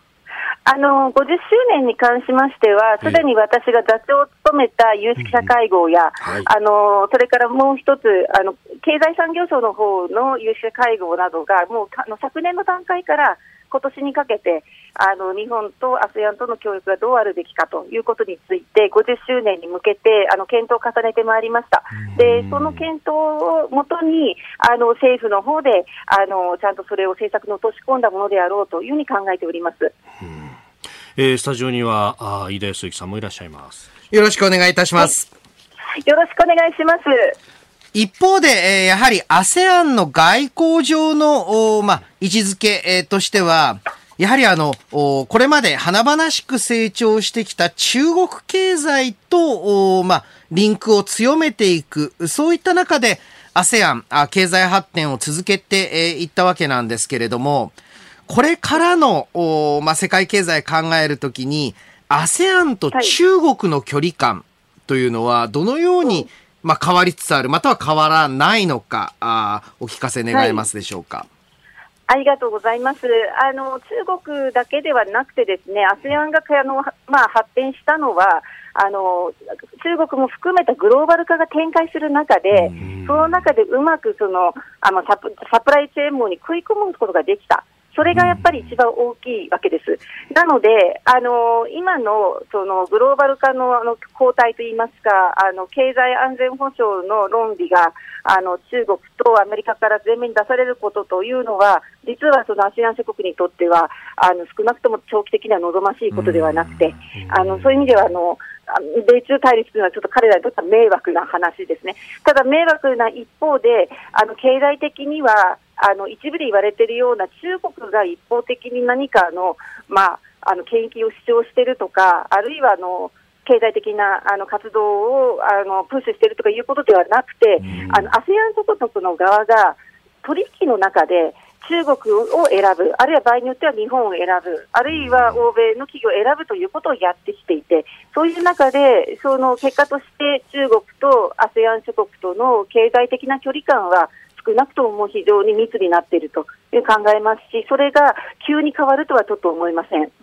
50周年に関しましては、すでに私が座長を務めた有識者会合や、それからもう一つ経済産業省の方の有識者会合などがもう昨年の段階から今年にかけて日本と ASEAN との協力がどうあるべきかということについて50周年に向けて検討を重ねてまいりました。でその検討をもとに政府の方でちゃんとそれを政策に落とし込んだものであろうというふうに考えております。 スタジオには飯田康之さんもいらっしゃいます。 よろしくお願いいたします。 はい、よろしくお願いします。 一方で、やはり ASEAN の外交上の、位置づけ、としては、やはりこれまで華々しく成長してきた中国経済と、リンクを強めていく、そういった中で ASEAN、経済発展を続けていったわけなんですけれども、これからの、世界経済考えるときに、ASEAN と中国の距離感というのは、どのように、変わりつつある、または変わらないのか、お聞かせ願えますでしょうか。 ありがとうございます。中国だけではなくてですね、ASEAN が発展したのは、中国も含めたグローバル化が展開する中で、その中でうまくサプライチェーン網に食い込むことができた。それがやっぱり一番大きいわけです。なので、今のグローバル化の後退といいますか、経済安全保障の論理が中国とアメリカから前面に出されることというのは、実はASEAN 諸国にとっては少なくとも長期的には望ましいことではなくて、そういう意味では米中対立というのはちょっと彼らにとっては迷惑な話ですね。ただ迷惑な一方で経済的には一部で言われているような中国が一方的に何か権益を主張しているとか、あるいは経済的な活動をプッシュしているとかいうことではなくて、ASEAN 諸国の側が取引の中で中国を選ぶ、あるいは場合によっては日本を選ぶ、あるいは欧米の企業を選ぶということをやってきていて、そういう中でその結果として中国と ASEAN 諸国との経済的な距離感は少なくとも非常に密になっているという考えますし、それが急に変わるとはちょっと思いません。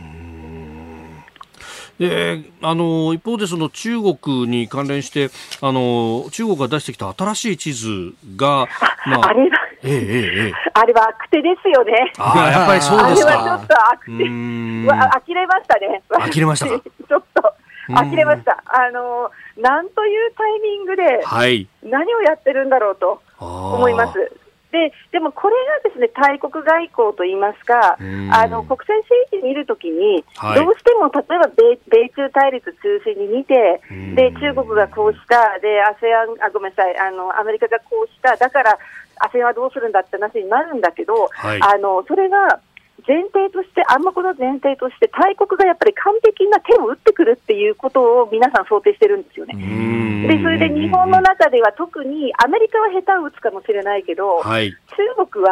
で一方で中国に関連して中国が出してきた新しい地図が、 あれは悪手ですよね。 やっぱりそうですか。 あれはちょっと悪手呆れましたね。 呆れましたか。 ちょっと呆れました。なんというタイミングで何をやってるんだろうと思います。でもこれがですね、大国外交といいますか、国際政治見るときに、どうしても例えば米中対立中心に見て、で中国がこうした、でごめんなさい、アメリカがこうした、だからASEANはどうするんだって話になるんだけど、それが前提として暗黙の前提として大国がやっぱり完璧な手を打ってくるっていうことを皆さん想定してるんですよね。でそれで日本の中では特にアメリカは下手を打つかもしれないけど、中国は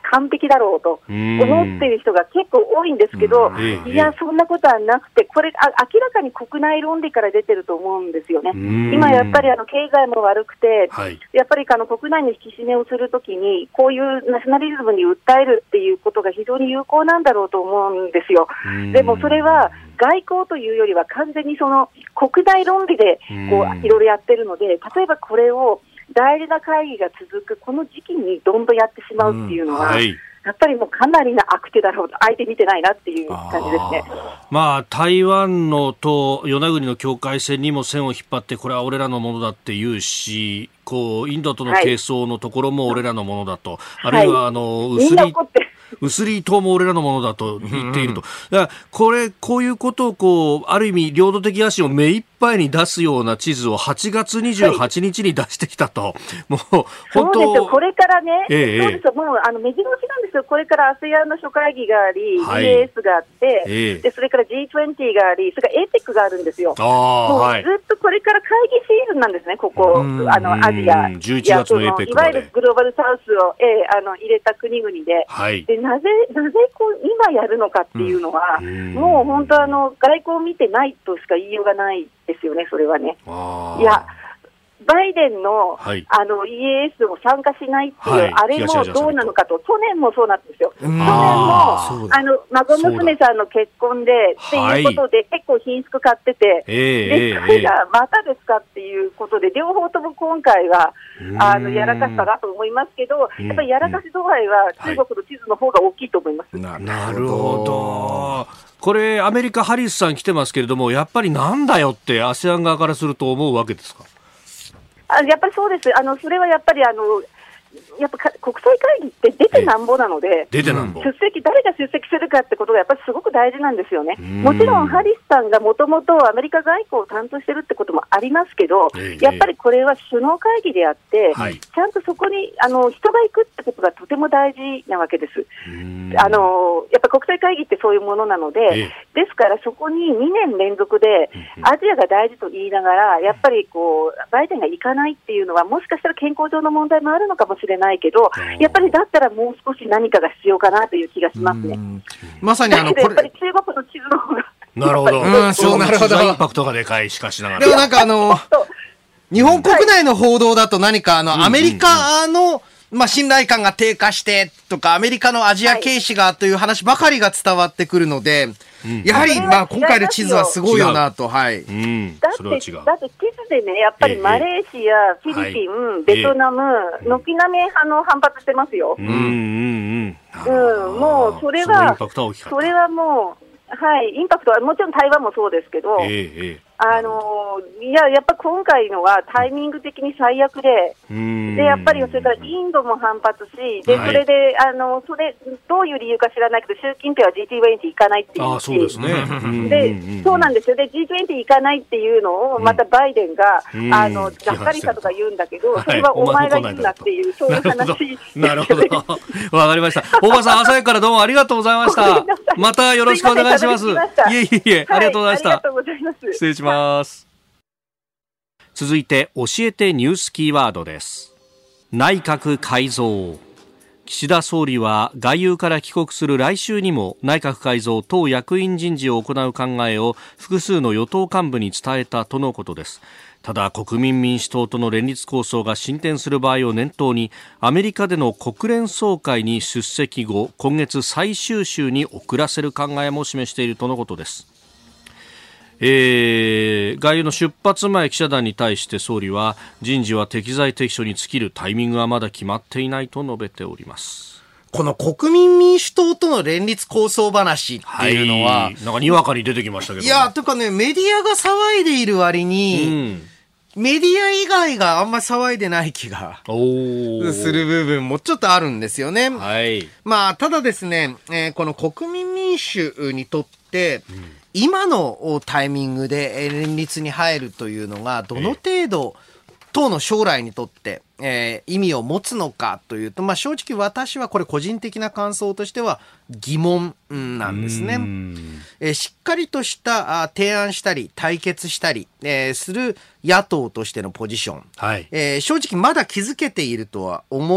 完璧だろうと思っている人が結構多いんですけど、いや、そんなことはなくて、これ明らかに国内論理から出てると思うんですよね。今やっぱり経済も悪くて、やっぱり国内の引き締めをするときに、こういうナショナリズムに訴えるっていうことが非常に有効なんだろうと思うんですよ。でもそれは外交というよりは完全にその国内論理でこういろいろやってるので、例えばこれを大事な会議が続くこの時期にどんどんやってしまうっていうのは、やっぱりもうかなりな悪手だろうと、相手見てないなっていう感じですね。 台湾のと与那国の境界線にも線を引っ張って、これは俺らのものだって言うし、インドとの係争のところも俺らのものだと、あるいはウスリー島も俺らのものだと言っていると。だからこういうことをある意味領土的野心を目いっぱいに出すような地図を8月28日に出してきたと。もう本当そうですよ。これからね、そうですよ。もう目白押しなんですよ。これから ASEAN の諸会議があり、EAS があって、でそれから G20 があり、それから APEC があるんですよ。もうずっとこれから会議シーズンなんですね、ここ、アジア。 11月の APEC いわゆるグローバルサウスを、入れた国々で。でなぜ今やるのかっていうのは、もう本当外交を見てないとしか言いようがないですよね、それはね。いや、バイデンの、EAS も参加しないっていう、あれもどうなのかと、去年もそうなんですよ。去年も孫娘さんの結婚でっていうことで、結構品質買ってて、でそれがまたですかっていうことで、両方とも今回はやらかしたなと思いますけど、やっぱりやらかし度合いは中国の地図の方が大きいと思います。 なるほど。これアメリカハリスさん来てますけれども、やっぱりなんだよって ASEAN 側からすると思うわけですか？ やっぱりそうです。それはやっぱりやっぱ国際会議って出てなんぼなので、誰が出席するかってことがやっぱりすごく大事なんですよね。もちろんハリスさんがもともとアメリカ外交を担当してるってこともありますけど、やっぱりこれは首脳会議であって、ちゃんとそこに人が行くってことがとても大事なわけです。やっぱ国際会議ってそういうものなので、ですからそこに2年連続でアジアが大事と言いながら、やっぱりバイデンが行かないっていうのは、もしかしたら健康上の問題もあるのかもしれないけど、やっぱりだったらもう少し何かが必要かなという気がしますね。 まさにやっぱり中国の地図の方がなるほど。 そうなるほど。 インパクトがでかい、しかしながら。 でもなんか日本国内の報道だと何かアメリカの信頼感が低下してとか、アメリカのアジア軽視がという話ばかりが伝わってくるので、やはり今回の地図はすごいよなと。 だって地図でね、やっぱりマレーシア、フィリピン、ベトナム、軒並み反発してますよ。もうそれはもう、インパクトはもちろん台湾もそうですけど、やっぱ今回のはタイミング的に最悪で、やっぱりそれからインドも反発し、それで、それ、どういう理由か知らないけど、習近平は G20 行かないっていうし、そうなんですよ。で、G20 行かないっていうのを、またバイデンが、がっかりしたとか言うんだけど、それはお前が言うんだっていう、そういう話。 なるほど。わかりました。大場さん、朝早くからどうもありがとうございました。またよろしくお願いします。いえ、ありがとうございました。失礼します。続いて教えてニュースキーワードです。内閣改造。岸田総理は外遊から帰国する来週にも内閣改造党役員人事を行う考えを複数の与党幹部に伝えたとのことです。ただ国民民主党との連立構想が進展する場合を念頭に、アメリカでの国連総会に出席後、今月最終週に遅らせる考えも示しているとのことです。外遊の出発前、記者団に対して総理は、人事は適材適所に尽きる、タイミングはまだ決まっていないと述べております。 この国民民主党との連立構想話っていうのは、 なんかにわかに出てきましたけど、 いや、というかね、メディアが騒いでいる割に、メディア以外があんまり騒いでない気がする部分もちょっとあるんですよね。ただですね、この国民民主にとって、今のタイミングで連立に入るというのがどの程度党の将来にとって、意味を持つのかというと、正直私はこれ個人的な感想としては疑問なんですね。しっかりとした提案したり対決したり、する野党としてのポジション、正直まだ築けているとは思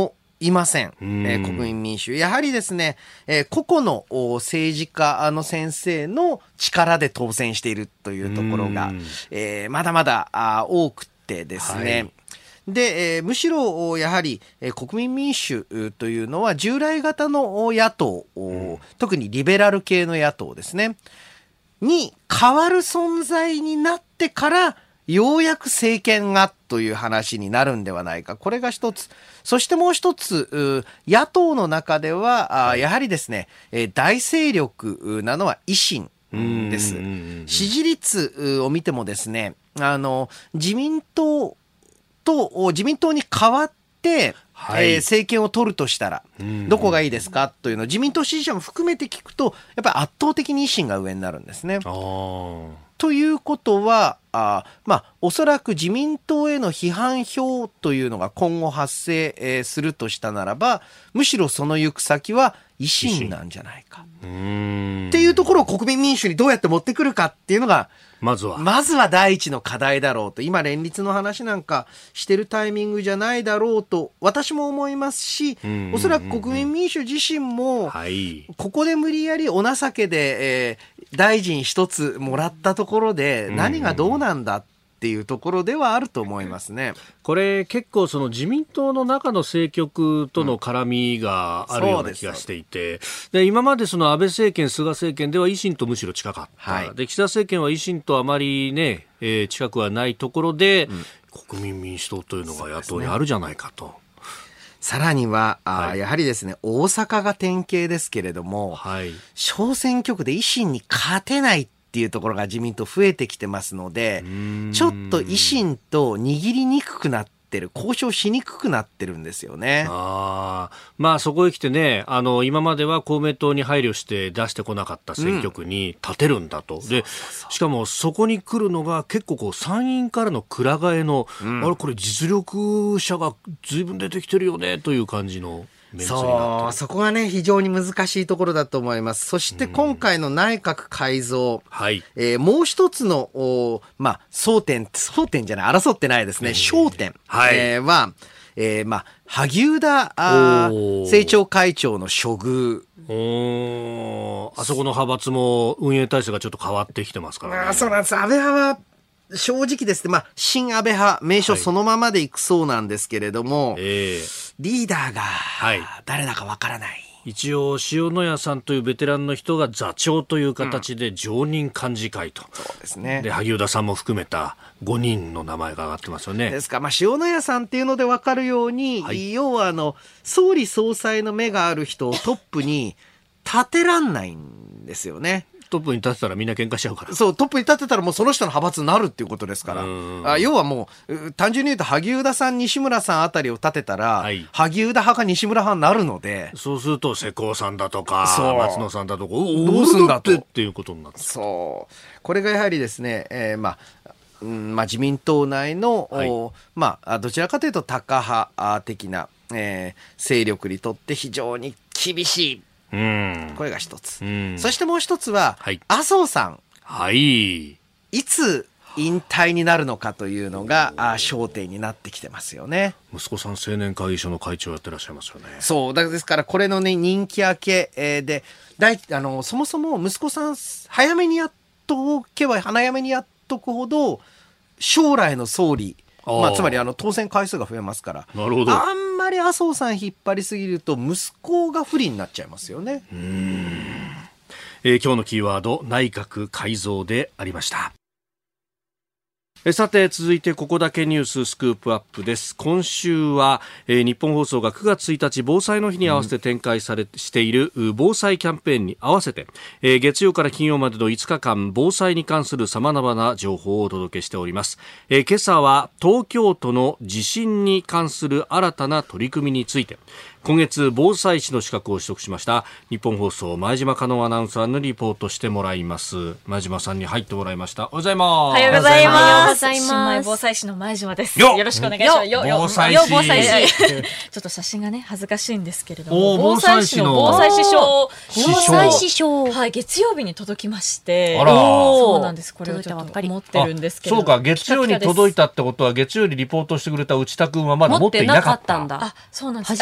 いません。国民民主。やはりですね、個々の政治家の先生の力で当選しているというところが、まだまだ多くてですね、はいで、むしろやはり国民民主というのは従来型の野党、特にリベラル系の野党ですねに変わる存在になってからようやく政権がという話になるんではないか。これが一つ。そしてもう一つ、野党の中ではやはりですね、大勢力なのは維新です。支持率を見てもですね、自民党に代わって、政権を取るとしたらどこがいいですかというのを自民党支持者も含めて聞くとやっぱり圧倒的に維新が上になるんですね。ということはおそらく自民党への批判票というのが今後発生するとしたならばむしろその行く先は維新なんじゃないかっていうところを国民民主にどうやって持ってくるかっていうのがまずは第一の課題だろうと。今連立の話なんかしてるタイミングじゃないだろうと私も思いますし、おそらく国民民主自身もここで無理やりお情けで、大臣一つもらったところで何がどうなんだっていうところではあると思いますね。 これ結構その自民党の中の政局との絡みがあるような気がしていて、で今までその安倍政権菅政権では維新とむしろ近かった、で岸田政権は維新とあまりね、近くはないところで、国民民主党というのが野党にあるじゃないかと。 さらにはやはりですね大阪が典型ですけれども、小選挙区で維新に勝てないっていうところが自民党増えてきてますのでちょっと維新と握りにくくなってる交渉しにくくなってるんですよね。 そこへ来てね今までは公明党に配慮して出してこなかった選挙区に立てるんだと、でしかもそこに来るのが結構こう参院からのくら替えの、これ実力者が随分出てきてるよねという感じのそこがね非常に難しいところだと思います。そして今回の内閣改造、もう一つの争点じゃない争ってないですね、焦点、は、萩生田政調会長の処遇。 あそこの派閥も運営体制がちょっと変わってきてますからね。 そうなんです。安倍派は正直ですね、新安倍派名称そのままでいくそうなんですけれども、リーダーが誰だかわからない、 一応塩谷さんというベテランの人が座長という形で常任幹事会と、 そうですね、 で萩生田さんも含めた5人の名前が挙がってますよね。 ですから、塩谷さんっていうので分かるように、要は総理総裁の目がある人をトップに立てらんないんですよね。 トップに立てたらみんな喧嘩しちゃうから。 そう、トップに立てたらもうその人の派閥になるっていうことですから。要はもう単純に言うと萩生田さん西村さんあたりを立てたら、萩生田派か西村派になるので、 そうすると世耕さんだとか松野さんだとかどうすんだっていうことになって、 そうこれがやはりですね、自民党内の、どちらかというとタカ派的な、勢力にとって非常に厳しい。これが一つ。そしてもう一つは、麻生さん。いつ引退になるのかというのが焦点になってきてますよね。 息子さん青年会議所の会長やってらっしゃいますよね。 そうですからこれのね任期明け、でそもそも息子さん早めにやっとけば早めにやっとくほど将来の総理、つまり当選回数が増えますから。 なるほど。 あんまり麻生さん引っ張りすぎると息子が不利になっちゃいますよね。 今日のキーワード内閣改造でありました。さて続いてここだけニューススクープアップです。今週は、日本放送が9月1日防災の日に合わせて展開している防災キャンペーンに合わせて、月曜から金曜までの5日間防災に関する様々な情報をお届けしております。今朝は東京都の地震に関する新たな取り組みについて、今月防災士の資格を取得しました日本放送前島香音アナウンサーのリポートしてもらいます。前島さんに入ってもらいました。おはようございます。 おはようございます。新米防災士の前島です。よろしくお願いします。 防災士。 ちょっと写真がね恥ずかしいんですけれども、防災士の防災士証、月曜日に届きまして、そうなんです。これをちょっと持ってるんですけど、 そうか、月曜に届いたってことは月曜にリポートしてくれた内田君はまだ持っていなかったんだ。 そうなんです。月曜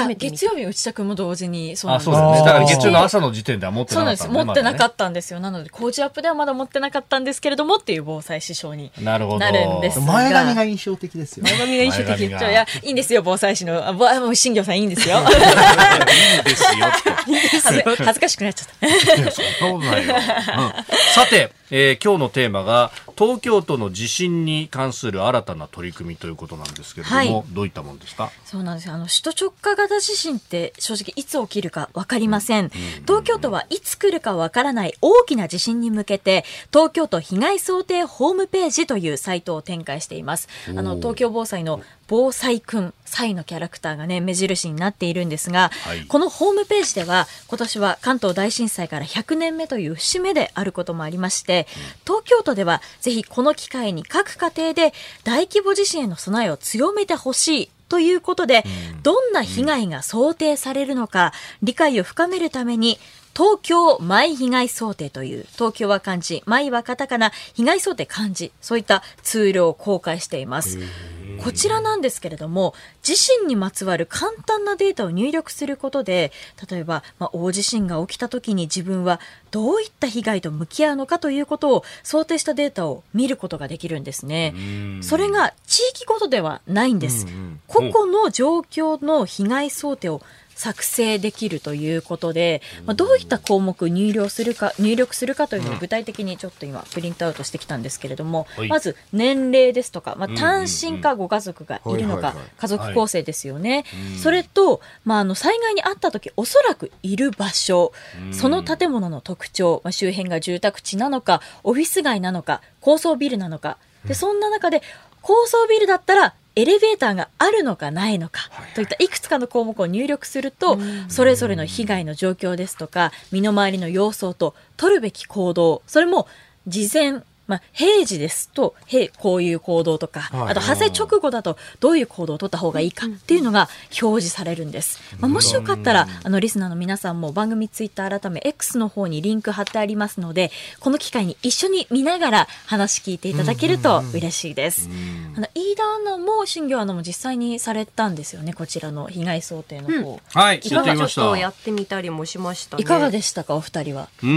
曜日内田君も同時にそうなんです。 そうだね。だから月曜の朝の時点では持ってなかった、 そうなんです。持ってなかったんですよ。なので工事アップではまだ持ってなかったんですけれどもっていう防災師匠になるんですが。 前髪が印象的ですよ。 前髪が印象的。いや、いいんですよ、防災士の。新業さんいいんですよ。 いいですよって。 恥ずかしくなっちゃった。 そんなことないよ。さて、今日のテーマが東京都の地震に関する新たな取り組みということなんですけれども、はい、どういったものですか？ そうなんですよ。首都直下型地震って正直いつ起きるか分かりません。東京都はいつ来るか分からない大きな地震に向けて東京都被害想定ホームページというサイトを展開しています。東京防災の防災くん、サイのキャラクターがね、目印になっているんですが、はい、このホームページでは今年は関東大震災から100年目という節目であることもありまして、東京都ではぜひこの機会に各家庭で大規模地震への備えを強めてほしいということで、どんな被害が想定されるのか理解を深めるために東京マイ被害想定という、東京は漢字、マイはカタカナ、被害想定漢字、そういったツールを公開しています。こちらなんですけれども、地震にまつわる簡単なデータを入力することで、例えば、大地震が起きた時に自分はどういった被害と向き合うのかということを想定したデータを見ることができるんですね。それが地域ごとではないんです。個々の状況の被害想定を作成できるということで、どういった項目入力するかというのを具体的にちょっと今プリントアウトしてきたんですけれども、まず年齢ですとか、単身かご家族がいるのか、家族構成ですよね。それと、災害に遭った時おそらくいる場所、その建物の特徴、周辺が住宅地なのかオフィス街なのか高層ビルなのかで、そんな中で高層ビルだったらエレベーターがあるのかないのかといったいくつかの項目を入力すると、それぞれの被害の状況ですとか身の回りの様相と取るべき行動、それも事前、平時ですとこういう行動とか、あと発生直後だとどういう行動を取った方がいいかっていうのが表示されるんです。もしよかったらリスナーの皆さんも番組ツイッター改め X の方にリンク貼ってありますので、この機会に一緒に見ながら話聞いていただけると嬉しいです。飯田アナも新業アナも実際にされたんですよね、こちらの被害想定の方。 はい、 やってみました。やってみたりもしましたね。 いかがでしたか、お二人は。 ど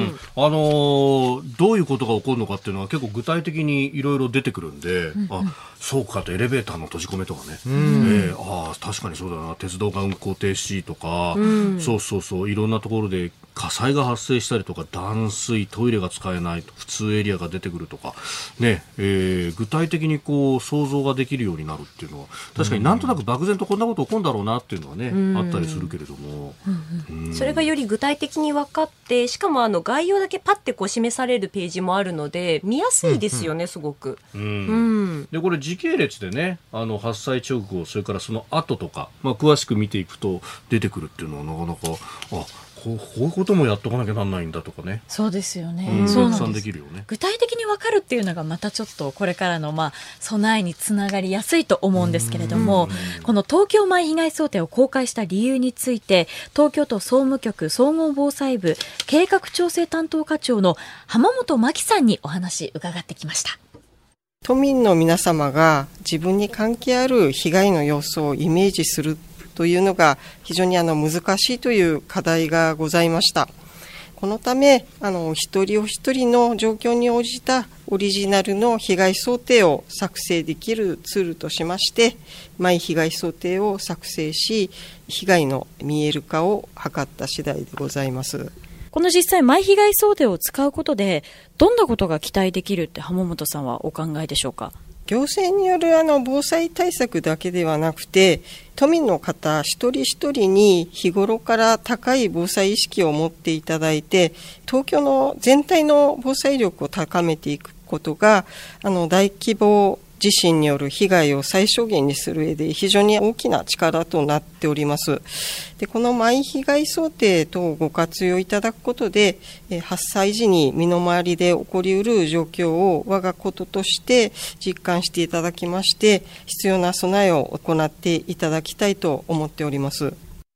ういうことが起こるのかっていうのは結構具体的にいろいろ出てくるんで、そうかと、エレベーターの閉じ込めとかね、確かにそうだな、鉄道が運行停止とか、そういろんなところで火災が発生したりとか、断水、トイレが使えない普通エリアが出てくるとか、ね、具体的にこう想像ができるようになるっていうのは確かになんとなく漠然とこんなこと起こるんだろうなっていうのはね、あったりするけれども、 それがより具体的に分かって、しかも概要だけパッて示されるページもあるので見やすいですよね、すごく。 でこれ時系列でね、発災直後、それからその後とか、詳しく見ていくと出てくるっていうのはなかなかこういうこともやっとかなきゃなんないんだとかね。 そうですよね。 そうなんです。できるよね。 具体的に分かるっていうのがまたちょっとこれからの備えにつながりやすいと思うんですけれども、この東京マイ被害想定を公開した理由について、東京都総務局総合防災部計画調整担当課長の浜本真紀さんにお話伺ってきました。 都民の皆様が自分に関係ある被害の様子をイメージするというのが非常に難しいという課題がございました。このため一人お一人の状況に応じたオリジナルの被害想定を作成できるツールとしまして、マイ被害想定を作成し、被害の見える化を図った次第でございます。 この実際マイ被害想定を使うことでどんなことが期待できるって浜本さんはお考えでしょうか？ 行政による防災対策だけではなくて、都民の方一人一人に日頃から高い防災意識を持っていただいて、東京の全体の防災力を高めていくことが大規模地震による被害を最小限にする上で非常に大きな力となっております。で、このマイ被害想定等をご活用いただくことで、発災時に身の回りで起こりうる状況を我がこととして実感していただきまして、必要な備えを行っていただきたいと思っております。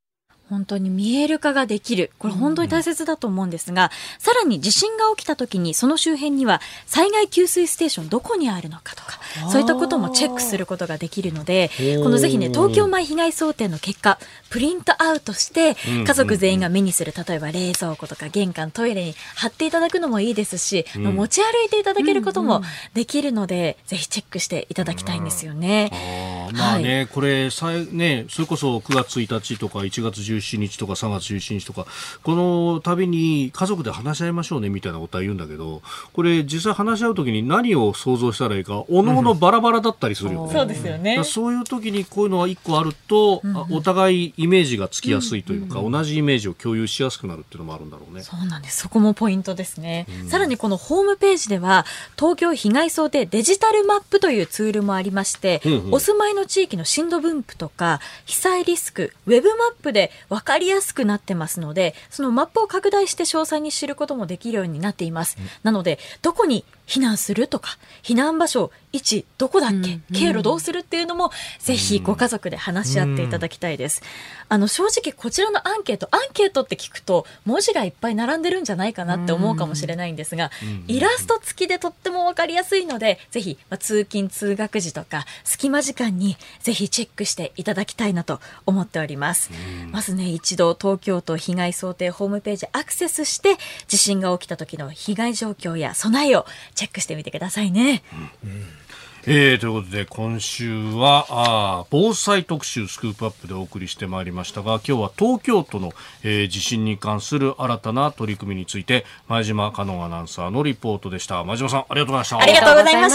本当に見える化ができる。これ本当に大切だと思うんですが、さらに地震が起きた時にその周辺には災害給水ステーションどこにあるのかとか、そういったこともチェックすることができるので、このぜひね、東京米被害想定の結果プリントアウトして家族全員が目にする、例えば冷蔵庫とか玄関、トイレに貼っていただくのもいいですし、持ち歩いていただけることもできるので、ぜひチェックしていただきたいんですよね。 まあね、これね、それこそ9月1日とか1月17日とか3月17日とか、この度に家族で話し合いましょうねみたいなことは言うんだけど、これ実際話し合うときに何を想像したらいいか、おのおのバラバラだったりするよね。 そうですよね。 そういう時にこういうのは1個あると、お互いイメージがつきやすいというか、同じイメージを共有しやすくなるっていうのもあるんだろうね。 そうなんです。そこもポイントですね。さらにこのホームページでは東京被害想定デジタルマップというツールもありまして、お住まいの地域の震度分布とか被災リスク、ウェブマップで分かりやすくなってますので、そのマップを拡大して詳細に知ることもできるようになっています。なのでどこに避難するとか、避難場所位置どこだっけ、経路どうするっていうのもぜひご家族で話し合っていただきたいです。正直こちらのアンケートって聞くと文字がいっぱい並んでるんじゃないかなって思うかもしれないんですが、イラスト付きでとっても分かりやすいので、ぜひ、通勤通学時とか隙間時間にぜひチェックしていただきたいなと思っております。まずね、一度東京都被害想定ホームページアクセスして地震が起きた時の被害状況や備えをチェックしてみてくださいね。 ということで今週は防災特集スクープアップでお送りしてまいりましたが、今日は東京都の、地震に関する新たな取り組みについて前島香音アナウンサーのリポートでした。前島さん、ありがとうございました。 ありがとうございました。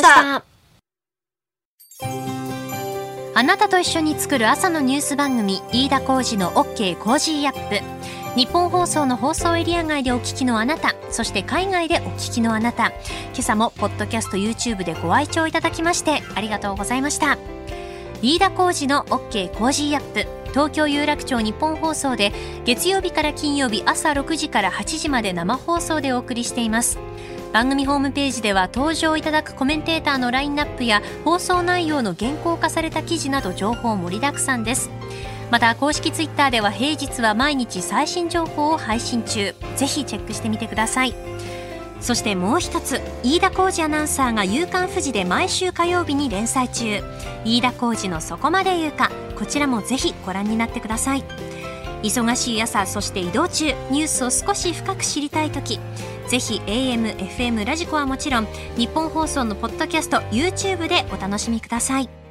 あなたと一緒に作る朝のニュース番組、飯田浩司の OK コージーアップ。日本放送の放送エリア外でお聞きのあなた、そして海外でお聞きのあなた、今朝もポッドキャスト YouTube でご愛聴いただきましてありがとうございました。飯田浩司の OK コージーアップ、東京有楽町日本放送で月曜日から金曜日朝6時から8時まで生放送でお送りしています。番組ホームページでは登場いただくコメンテーターのラインナップや放送内容の原稿化された記事など情報盛りだくさんです。また公式ツイッターでは平日は毎日最新情報を配信中、ぜひチェックしてみてください。そしてもう一つ、飯田浩司アナウンサーが夕刊フジで毎週火曜日に連載中、飯田浩司のそこまで言うか、こちらもぜひご覧になってください。忙しい朝、そして移動中、ニュースを少し深く知りたいとき、ぜひ AM、FM、ラジコはもちろん日本放送のポッドキャスト YouTube でお楽しみください。